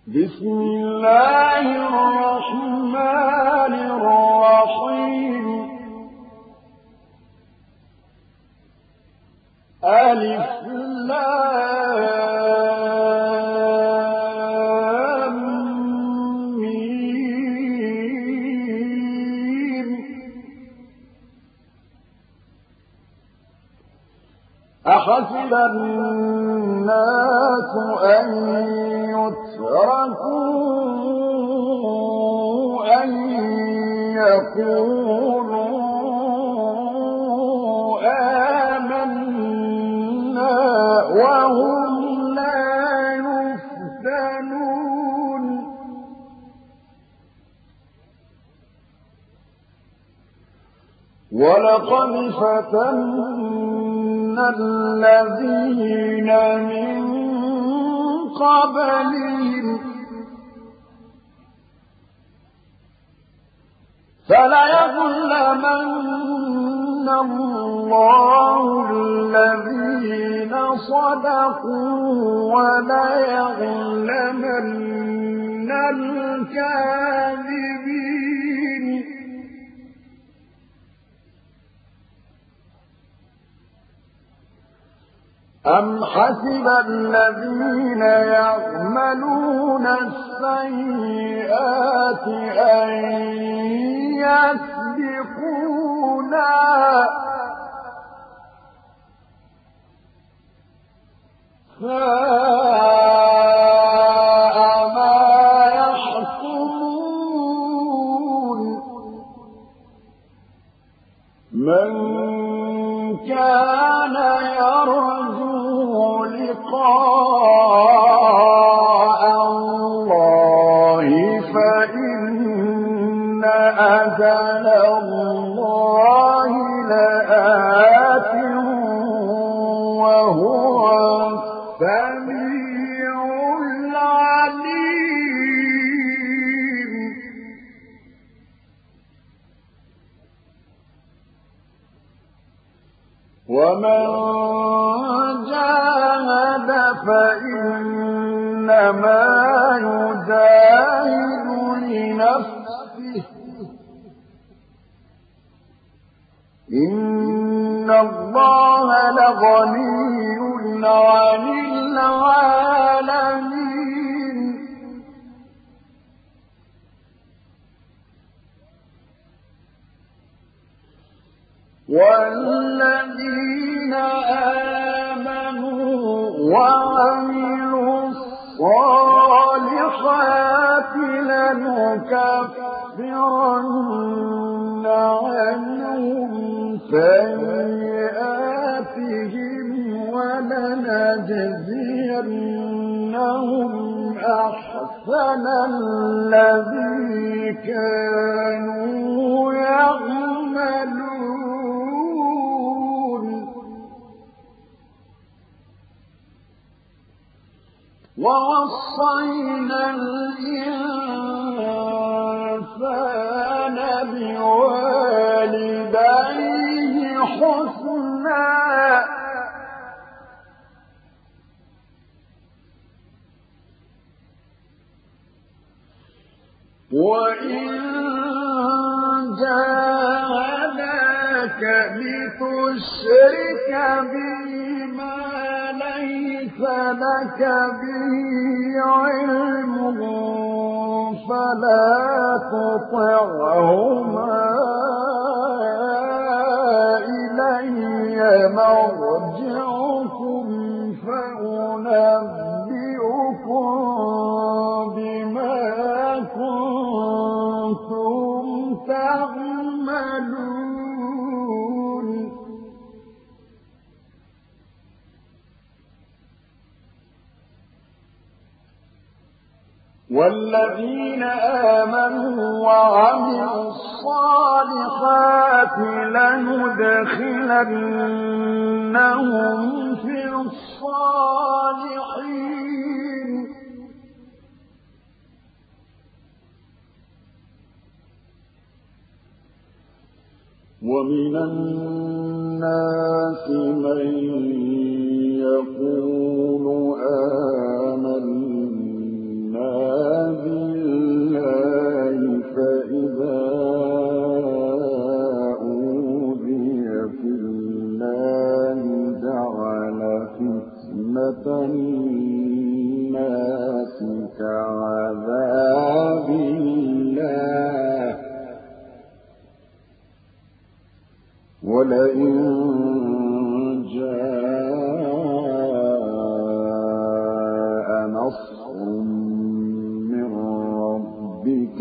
بسم الله الرحمن الرحيم ألف لام ميم أحسب الناس أن يتركوا أن يقولوا آمنا وهم لا يفتنون ولقد فتنا الذين من قبلهم فليعلمن الله الذين صدقوا وليعلمن الكاذبين أم حسب الذين يعملون السيئات أن يسبقونا ساء ما يحكمون من كان يرجو لقاء الله فإن أجل الله لآت وهو السميع العليم ومن جاهد فإنما يجاهد لنفسه إن الله لغني عن العالمين والذين آمنوا وعملوا الصالحات لنكفرن عنهم سيئاتهم ولنجزينهم أحسن الذي كانوا يعملون ووصينا الإنسان بوالديه حسنا وإن جاهداك لتشرك بما ليس لك به علم فلا تطعهما إلي مرجعكم فأنبئكم بما كنتم تعملون والذين آمنوا وعملوا الصالحات لندخلنهم في الصالحين ومن الناس من يقول آمنا نصر من ربك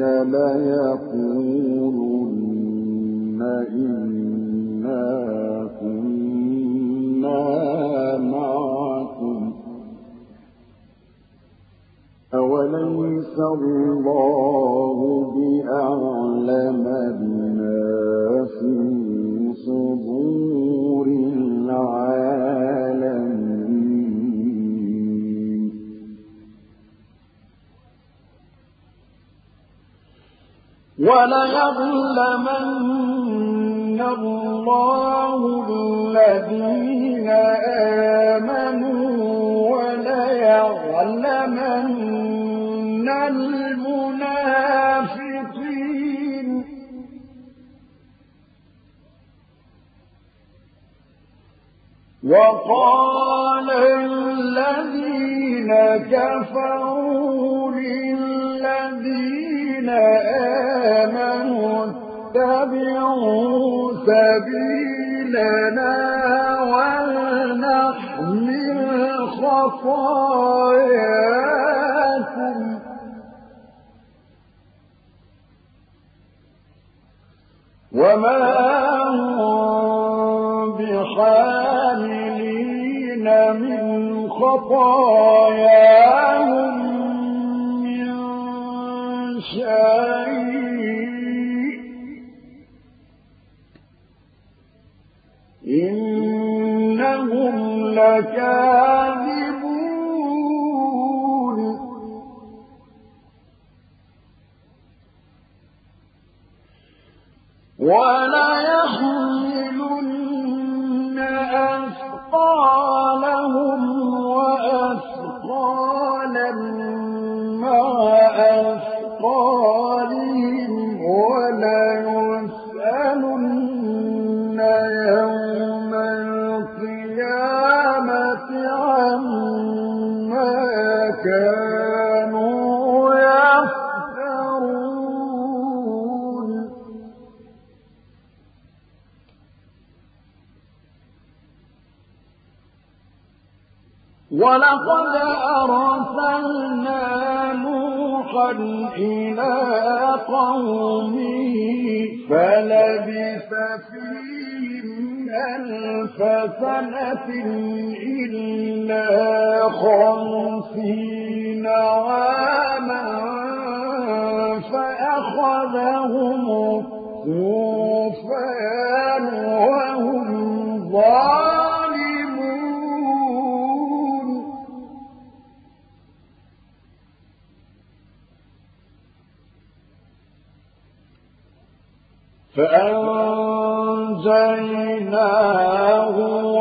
ليقولن إنا كنا معكم أوليس الله بأعلم بما في صدور العالمين وليعلمن الله الذين آمنوا وليعلمن المنافقين وقال الذين كفروا للذين آمنوا اتبعوا سبيلنا ولنحمل خطاياكم وما هم بحاملين من خطاياهم من شيء إنهم لكاذبون وليحملن أثقالهم وأثقالا مع أثقالهم وليسألن يوم القيامة عما كانوا يفترون ولقد أرسلنا نوحا إلى قومه فلبث فيهم 1000 سنة إلا 50 عاما فأخذهم الطوفان وهم ظالمون فأنجيناه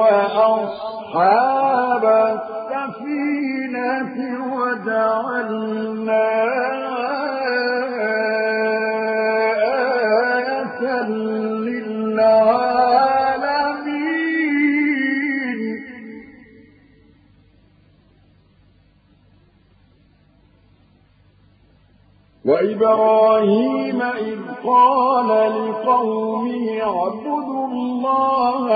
وأصحاب السفينة وجعلناها آية للعالمين وإبراهيم إذ قال لقومه اعبدوا الله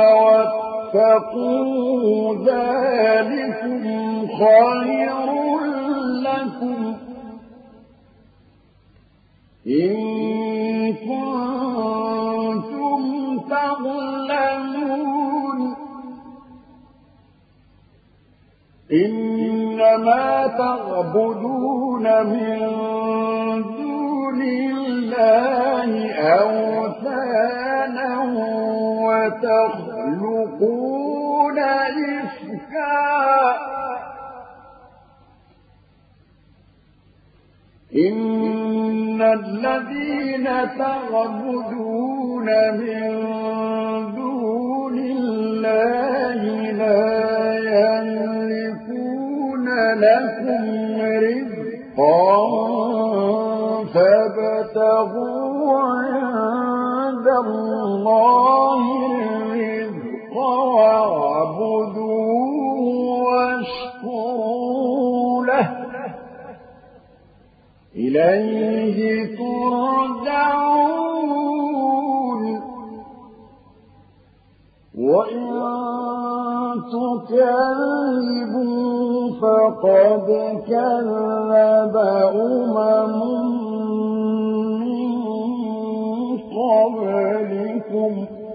واتقوا ذلكم خير لكم إن كنتم تعلمون إنما تعبدون من دون الله أوثانا وتخلقون إفكا إن الذين تعبدون من دون الله لا يملكون لكم رزقا فابتغوا عند الله الرزق واعبدوه واشكروا له إليه ترجعون وإن تكذبوا فقد كذب من قبلكم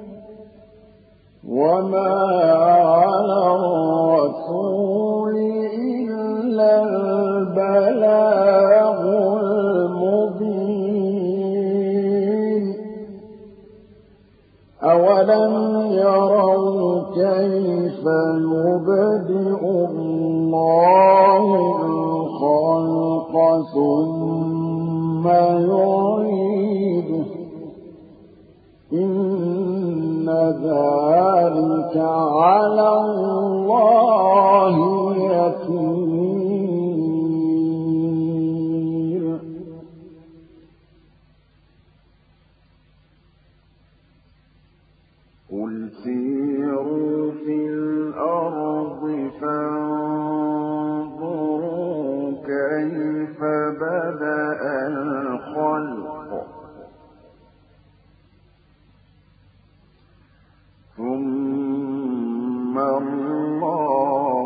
وما على الرسول إلا البلاغ المبين أولم يروا كيف يبدئ الله الخلق ثم يعيده إن ذلك على الله يسير قل سيروا في الأرض فانظروا كيف بدأ الخلق ثم الله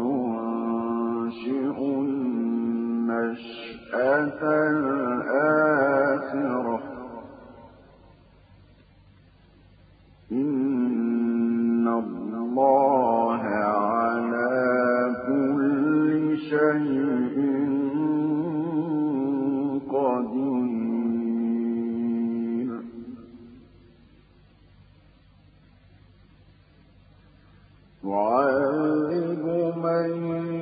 ينشئ النشأة الآخرة إن الله على كل شيء قدير يعذب من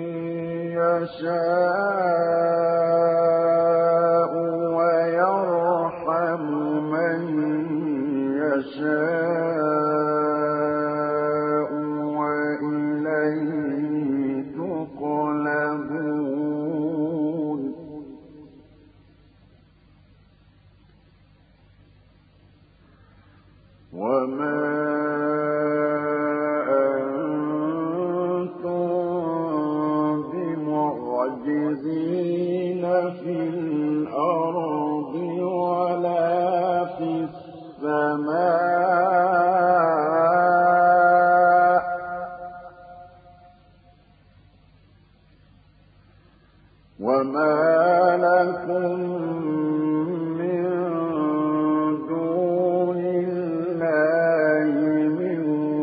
يشاء ويرحم من يشاء وإليه تقلبون وما معجزين في الأرض ولا في السماء وما لكم من دون الله من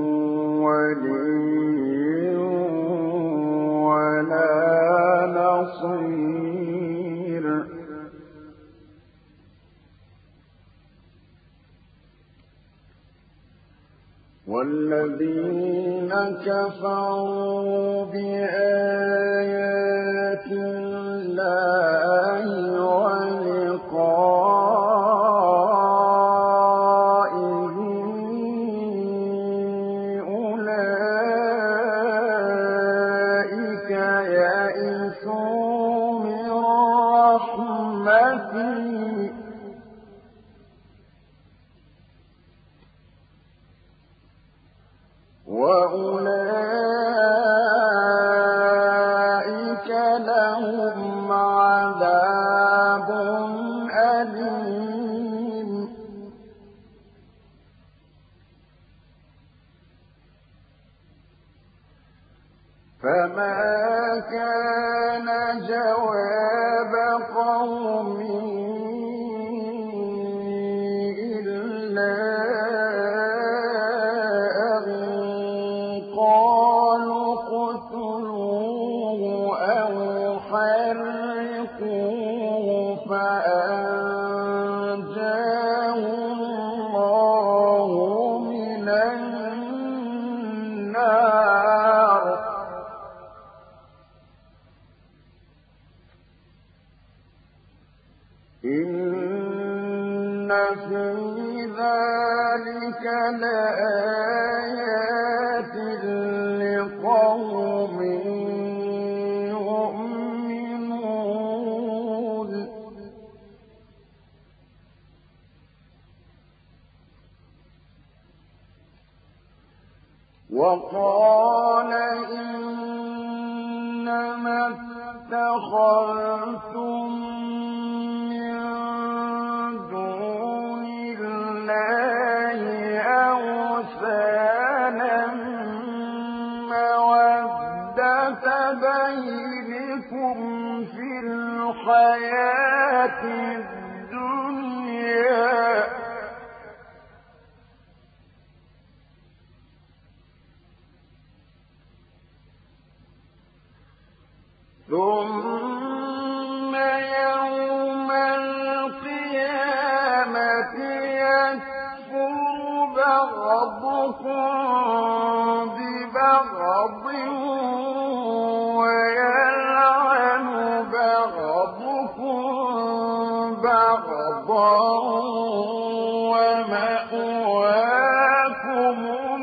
ولي ولا نصير والذين كفروا بآيات الله ولقائه أولئك يئسوا من رحمتي وأولئك لهم عذاب أليم فما كان جواب قومه إلا أن قالوا اقتلوه أو حرقوه فأنجاه الله من النار إن في ذلك لآيات لقوم يؤمنون وقال إنما اتخذتم من دون الله أوثانا الحياة الدنيا ثم يوم القيامة يكفر بعضكم ببعض ويلعن بعضكم بعضا ومأواكم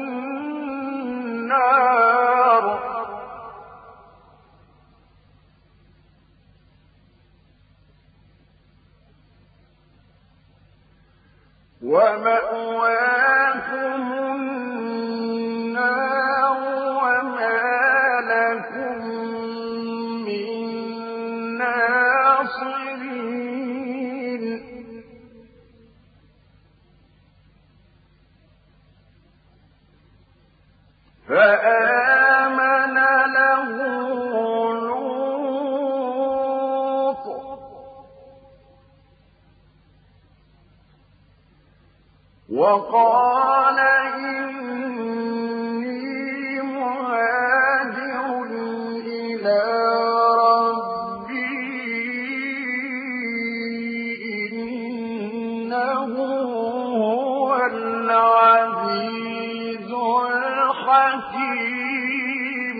النار وما لكم من ناصرين فآمن له لوط وقال إني مهاجر إلى ربي إنه هو العزيز الحكيم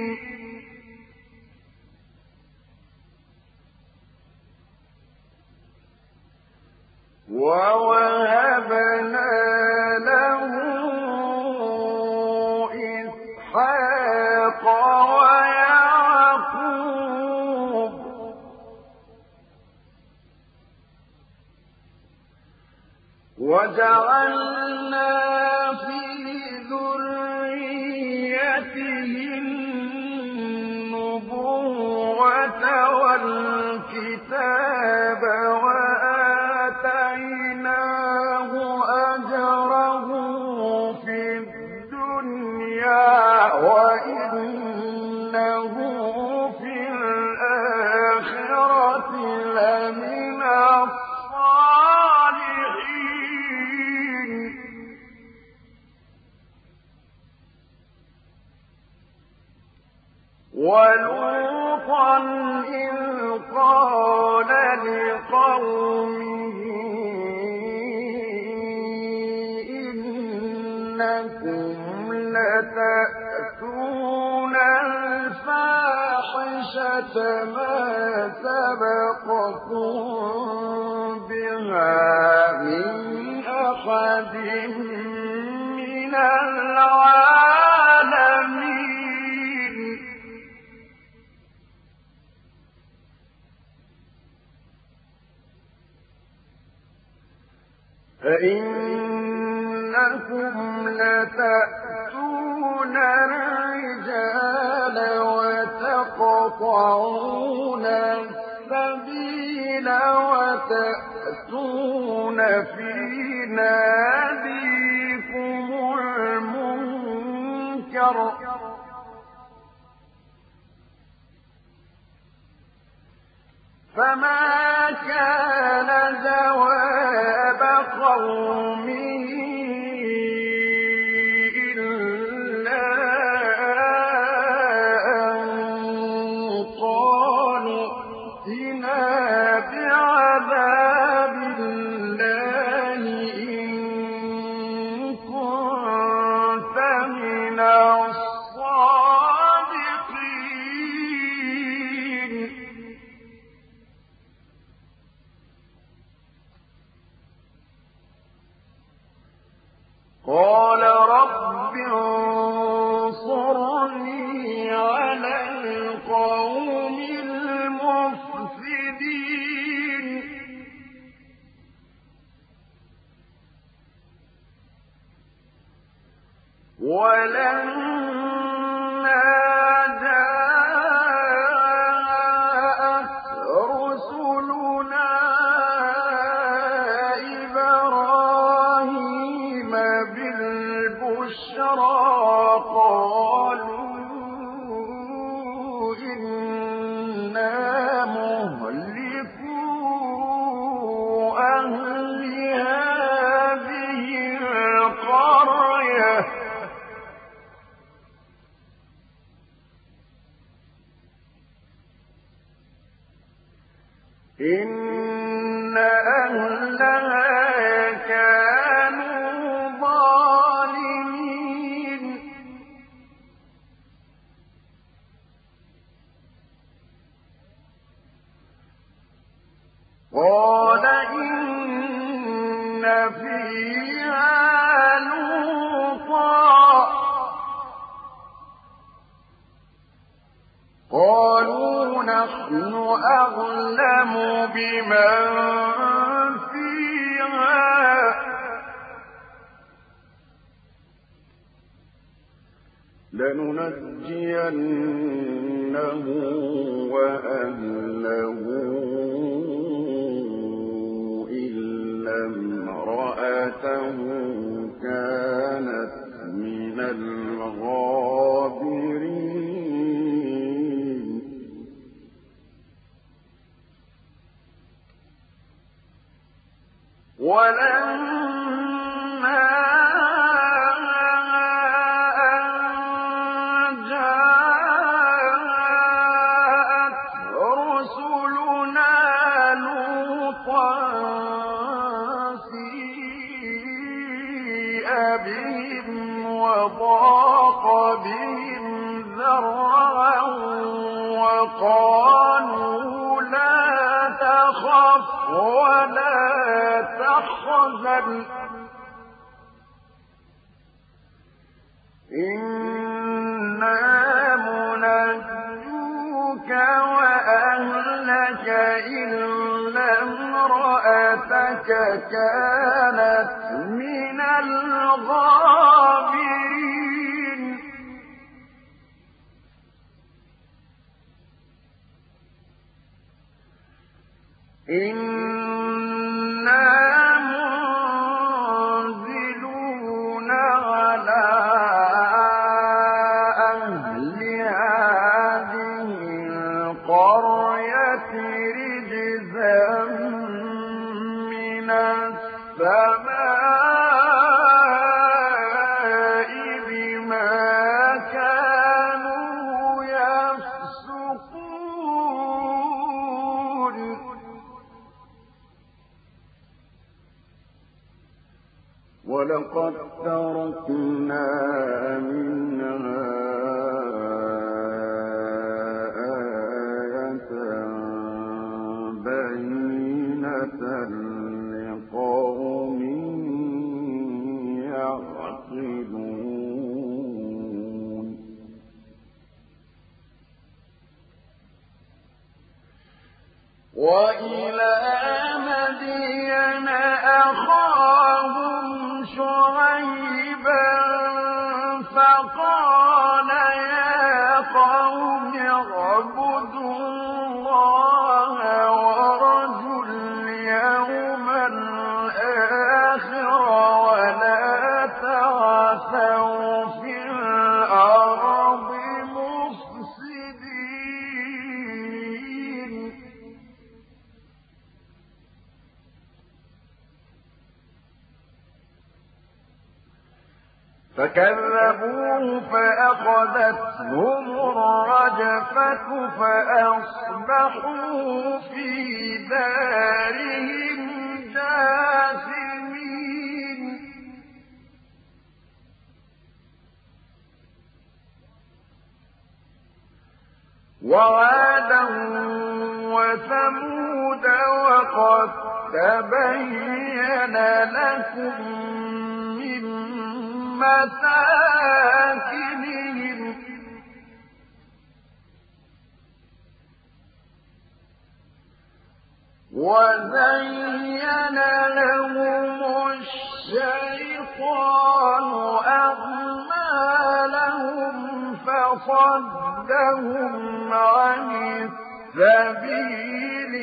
ووهبنا له إسحاق ويعقوب وجعلنا في ذريته النبوة والكتاب وآتيناه أجره في الدنيا وإنه في الآخرة لمن الصالحين ولوطا إذ قال لقومه إنكم لتأتون الفاحشة ما سبقكم بها من أحد من العالمين فإنكم لتأتون الرجال وتقطعون السبيل وتأتون في ناديكم المنكر فما كان جواب قومه إلا أن قالوا ائتنا بعذاب الله إن كنت من الصادقين قال رب انصرني على القوم المفسدين ولما جاءت رسلنا إبراهيم بالبشرى قالوا إنا مهلكو إن أهلها كانوا ظالمين قال إن فيها لوطا قالوا نحن أعلم بمن فيها لننجينه وأهله إلا امرأته كانت من الغابرين ولما أن جاءت رسلنا لوطا سيء بهم وضاق بهم ذرعا وقالوا لا تخف ولا تحزن إنا منجوك وأهلك إلا امرأتك كانت من الغابرين إنا منزلون على أهل هذه القرية رجزا من السماء بما كانوا يفسقون ولقد تركنا منها آية بينة لقوم يعقلون وإلى مدين أخاهم شعيبا فقال يا قوم اعبدوا الله وارجوا اليوم الآخر ولا تعثوا في الأرض مفسدين فكذبوه فأخذتهم الرجفة فأصبحوا في دارهم جاثمين وعادا وثمود وقد تبين لكم من مساكنهم وزين لهم الشيطان أعمالهم فصدهم عن السبيل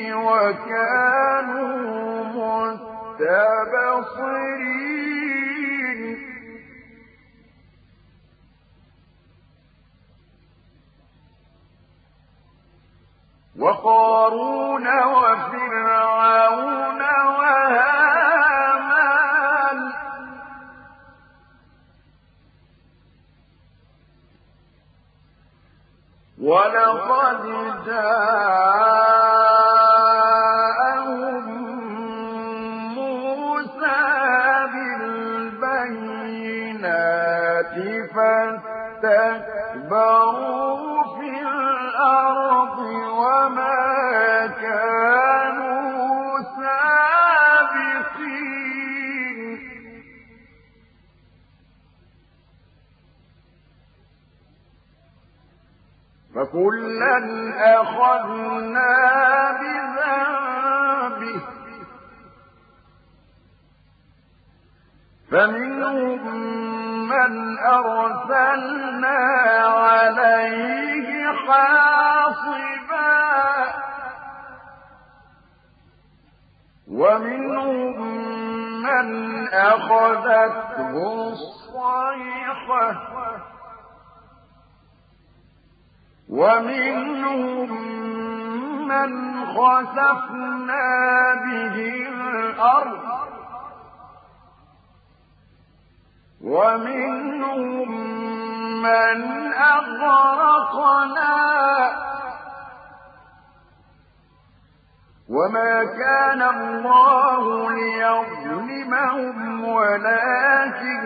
وكانوا مستبصرين وقارون وفرعون وهامان ولقد جاء اسْتَكْبَرُوا فِي الْأَرْضِ وَمَا كَانُوا سَابِقِينَ فَكُلًّا أَخَذْنَا بِذَنبِهِ فَمِنْهُم مَّنْ أَرْسَلْنَا عَلَيْهِ حَاصِبًا وَمِنْهُم مَّنْ أَخَذَتْهُ الصَّيْحَةُ وَمِنْهُم مَّنْ خَسَفْنَا بِهِ الْأَرْضَ وَمِنْهُم مَّنْ أَغْرَقْنَا وَمَا كَانَ اللَّهُ لِيَظْلِمَهُمْ وَلَٰكِن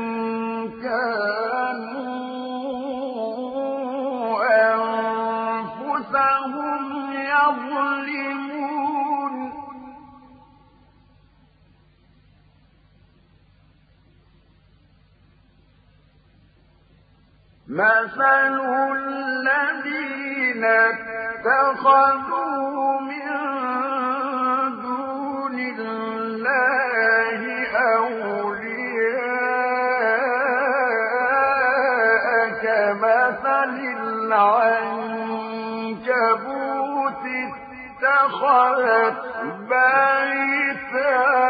كَانُوا أَنفُسَهُمْ يَظْلِمُونَ مَثَلُ الَّذِينَ اتَّخَذُوا مِن دُونِ اللَّهِ أَوْلِيَاءَ كَمَثَلِ الْعَنكَبُوتِ اتَّخَذَتْ بَيْتًا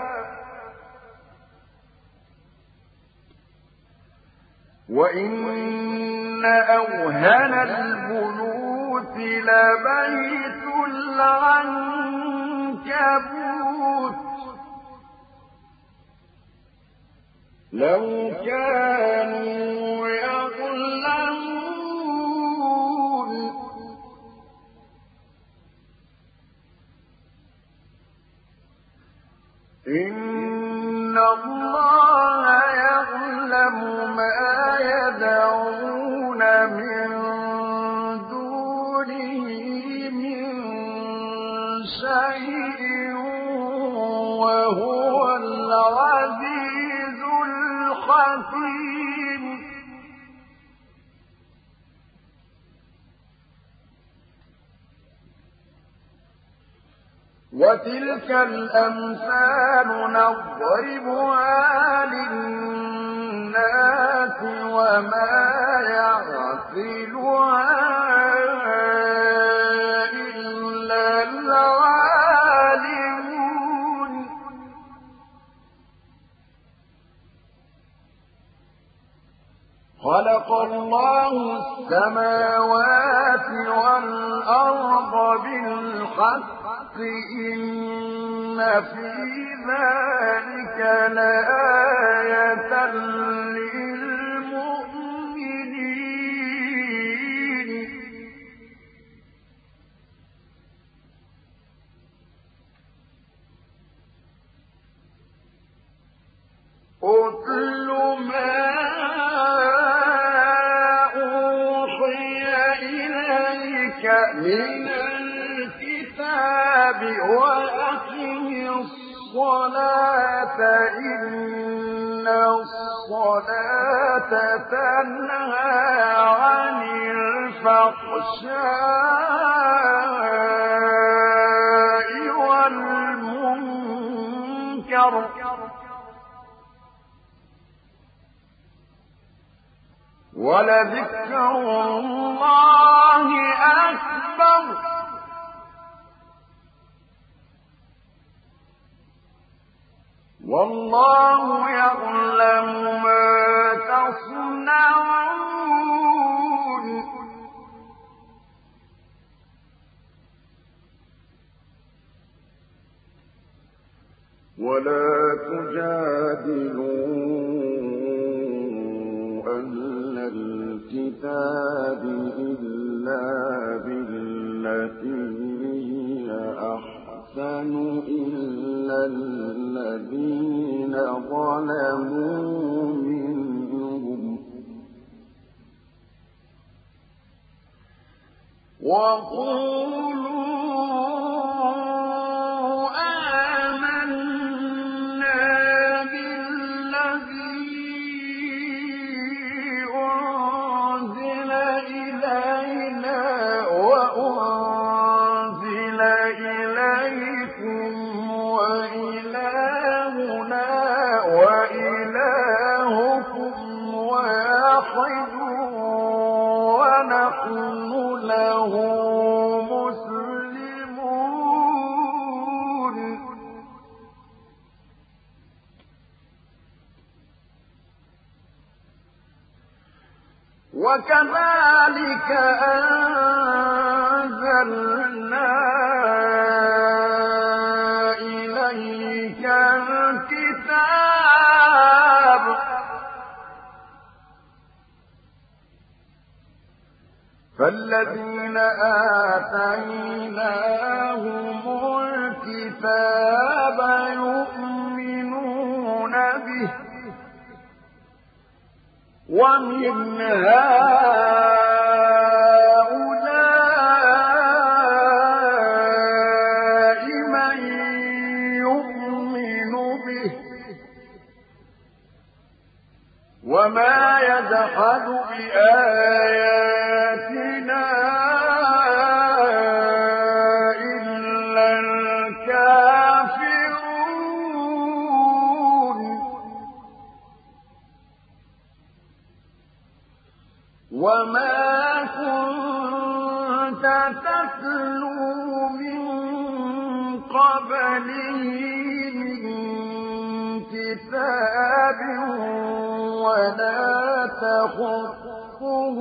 وَإِنَّ أَوْهَنَ الْبُيُوتِ لَبَيْتُ الْعَنكَبُوتِ لَوْ كَانُوا يَعْلَمُونَ إِنَّ اللَّهَ يَعْلَمُ مَا يَدْعُونَ مِن دُونِهِ مِن شَيْءٍ وَهُوَ الْعَزِيزُ الْحَكِيمُ وَتِلْكَ الْأَمْثَالُ نَضْرِبُهَا لِلنَّاسِ وَمَا يَعْقِلُهَا إِلَّا الْعَالِمُونَ خَلَقَ اللَّهُ السَّمَاوَاتِ وَالْأَرْضَ بِالْحَقِّ إِنَّ فِي ذَلِكَ لَآيَةً لِّلْمُؤْمِنِينَ أُتْلُ مَا أُوحِيَ إِلَيْكَ مِنَ الْكِتَابِ وَأَقِمِ الصَّلَاةَ إِنَّ الصَّلَاةَ تَنْهَىٰ عَنِ الْفَحْشَاءِ وَالْمُنكَرِ وَلَذِكْرُ اللَّهِ أَكْبَرُ وَاللَّهُ يَعْلَمُ مَا تَصْنَعُونَ وَلَا تُجَادِلُوا أَهْلَ الْكِتَابِ إِلَّا بِالَّتِي هِيَ أَحْسَنُ إِلَّا الَّذِينَ ظَلَمُوا مِنْهُمْ وكذلك أنزلنا إليك الكتاب فالذين آتيناهم الكتاب يؤمنون به ومن هؤلاء من يؤمن به وما يجحد بآياتنا إلا الكافرون وما كنت تتلو من قبله من كتاب ولا تخطه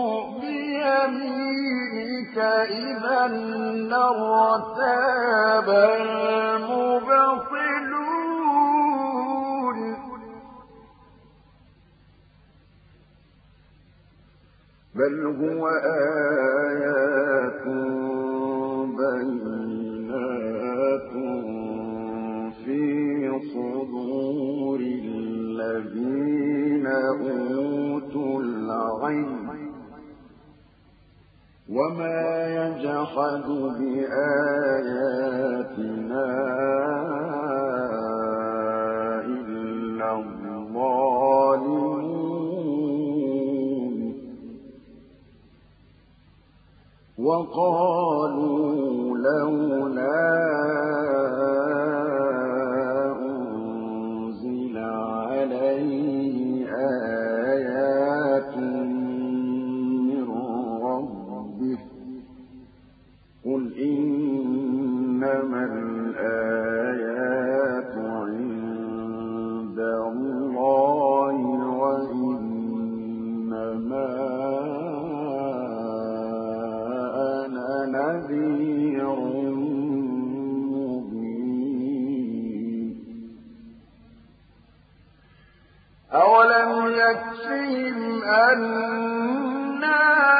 بيمينك إذا لارتاب المبطلون بل هو آيات بينات في صدور الذين أوتوا العلم وما يجحد بآياتنا إلا الظالمون وقالوا لولا أنزل عليه آيات من ربه قل إنما الآيات عند الله وإنما نذير مبين أولم يكفهم أنا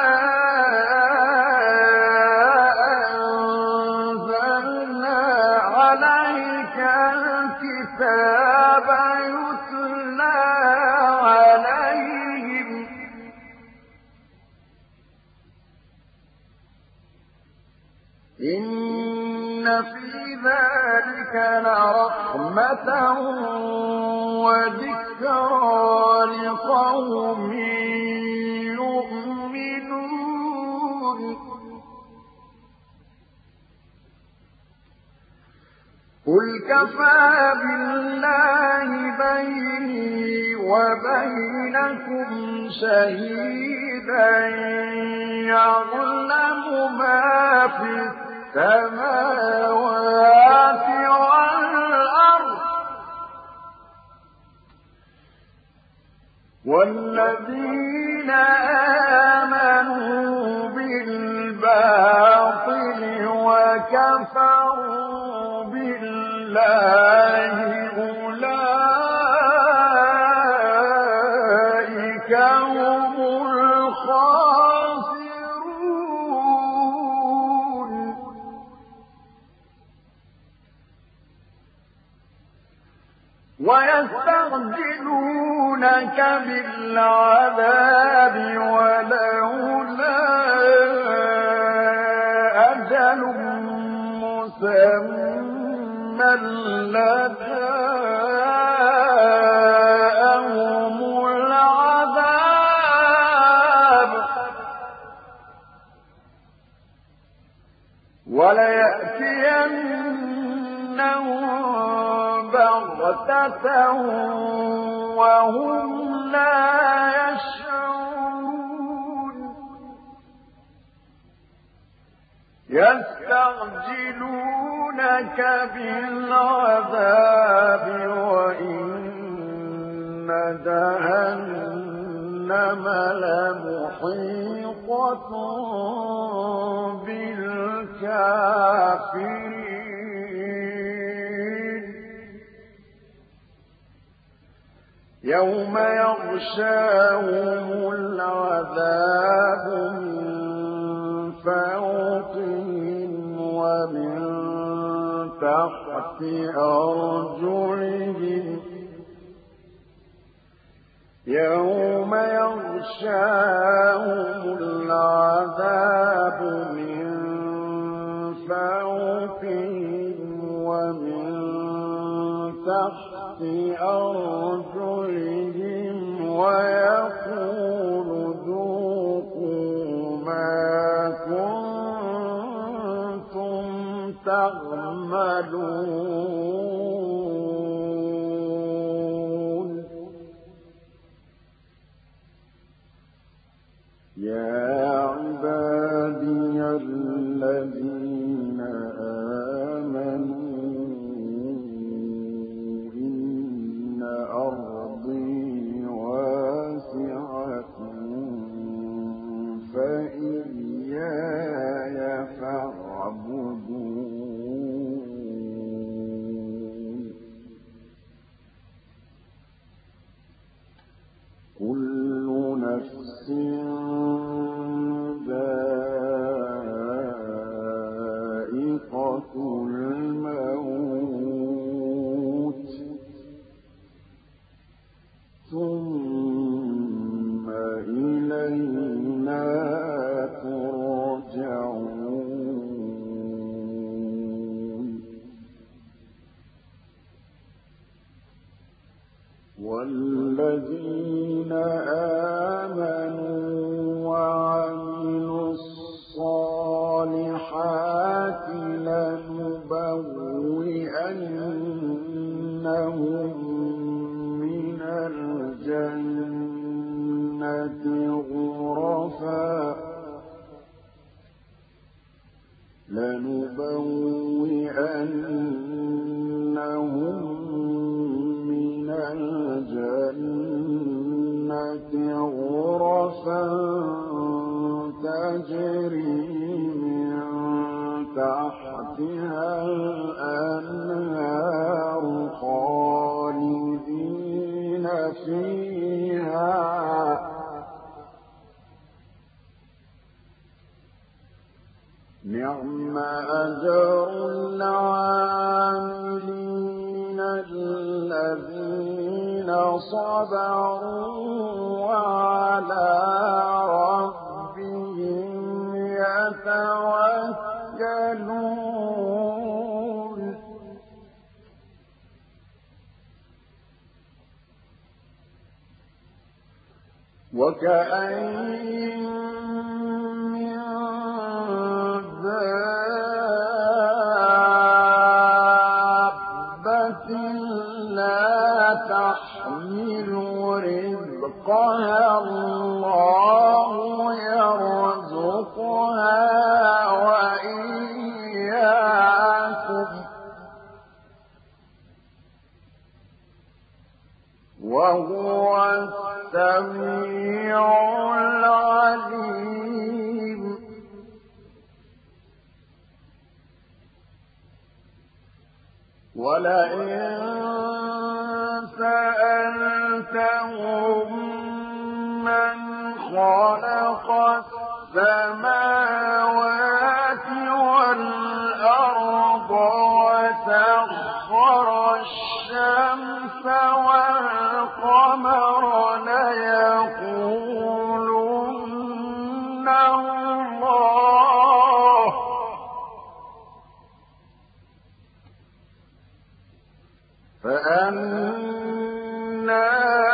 أنزلنا عليك الكتاب يتلى عليهم إن في ذلك لرحمة وذكرى لقوم يؤمنون قل كفى بالله بيني وبينكم شهيدا يعلم ما في السماوات والأرض والذين آمنوا بالباطل وكفروا بالله أولئك هم الخاسرون ويستعجلونك بالعذاب ولولا مسمى لجاءهم العذاب وليأتينهم بغتة وهم لا يشعرون يستعجلونك بالعذاب وإن جهنم لمحيطة بالكافرين يوم يغشاهم العذاب من فوقهم ومن تحت أرجلهم يوم يغشاهم العذاب من فوقهم ومن تحت أرجلهم ويقول ذوقوا ما كنتم تعملون يا عبادي الذين آمنوا إن أرضي واسعة فإياي فاعبدون كل نفس ذائقة الموت ثم إلينا ترجعون والذين آمنوا وعملوا الصالحات لنبوئنهم من الجنة غرفا تجري من تحتها الأنهار خالدين فيها نعم أجر العاملين الذين صبروا وعلى ربهم يتوكلون وكأين من دابة لا تحمل رزقها الله يرزقها وإياكم وهو السميع العليم ولئن سألتهم من خلق السماوات والأرض وسخر الشمس والقمر ليقولن الله فأنى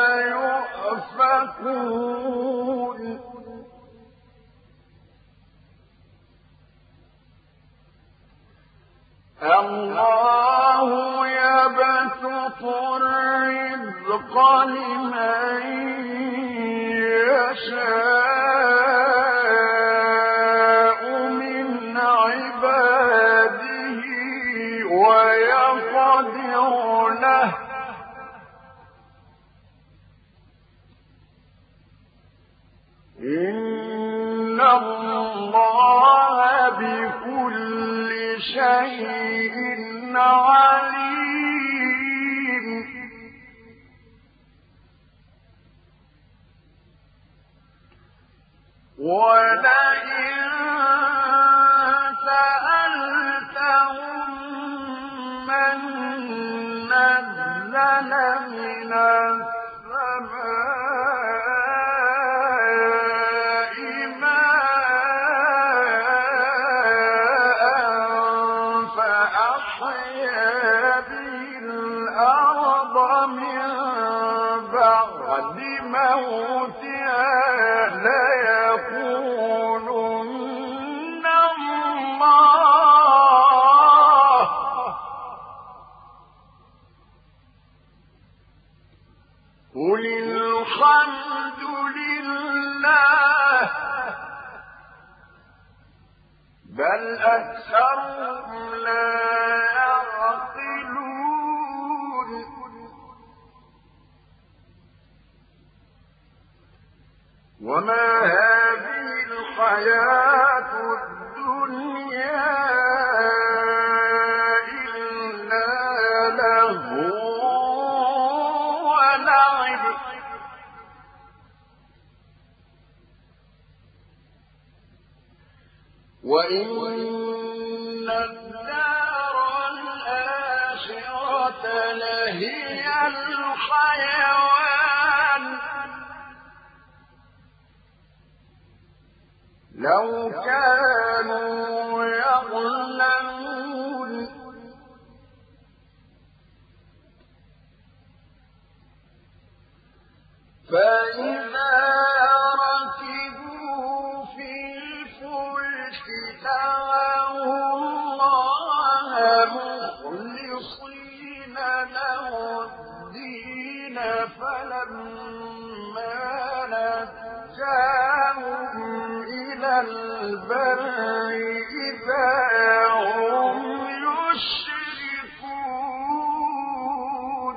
يؤفكون الله يبسط الرزق لمن يشاء من عباده ويقدر له إن الله بكل شيء عليم ولئن سألتهم من نزل من السماء ماء فأحيا به الأرض من بعد موتها ليقولن الله قل الحمد لله بل أكثرهم لا يعقلون وما هذه الحياة الدنيا إلا لهو ولعب وإن الدار الآخرة لهي الحيوان لو كانوا يعلمون فإذا ركبوا في الفلك دعوا الله مخلصين له الدين فلما نجاهم إلى البر إذا هم يشركون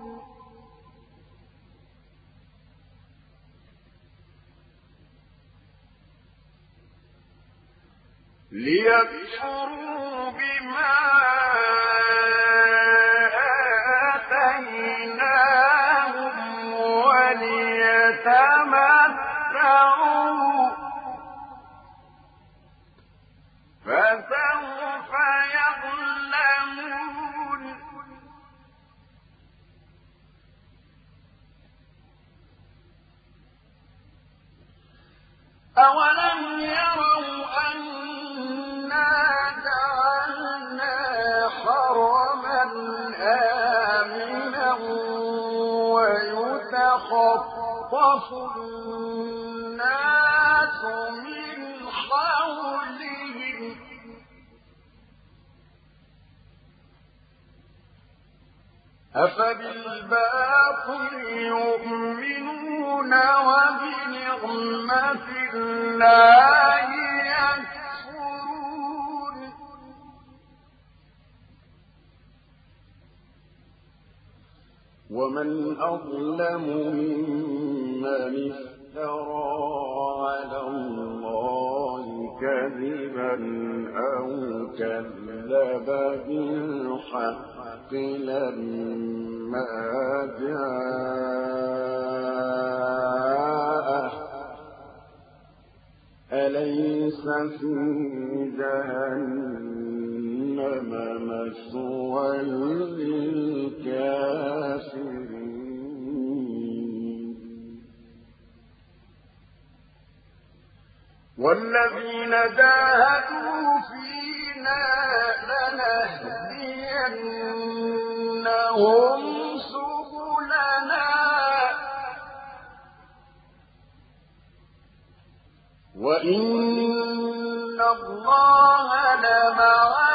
ليكفروا بما آتيناهم وليتمتعوا فسوف يعلمون أولم يروا أنا جعلنا حرما آمنا ويتخطف الناس من حولهم أفبالباطل يؤمنون وبنعمة الله يكفرون ومن أظلم ممن افترى على الله كذبا أو كذب بالحق لما جاءه أليس في جهنم مثوى للكافرين والذين جاهدوا فينا لنهدينهم لهم سبلنا وإن الله لمع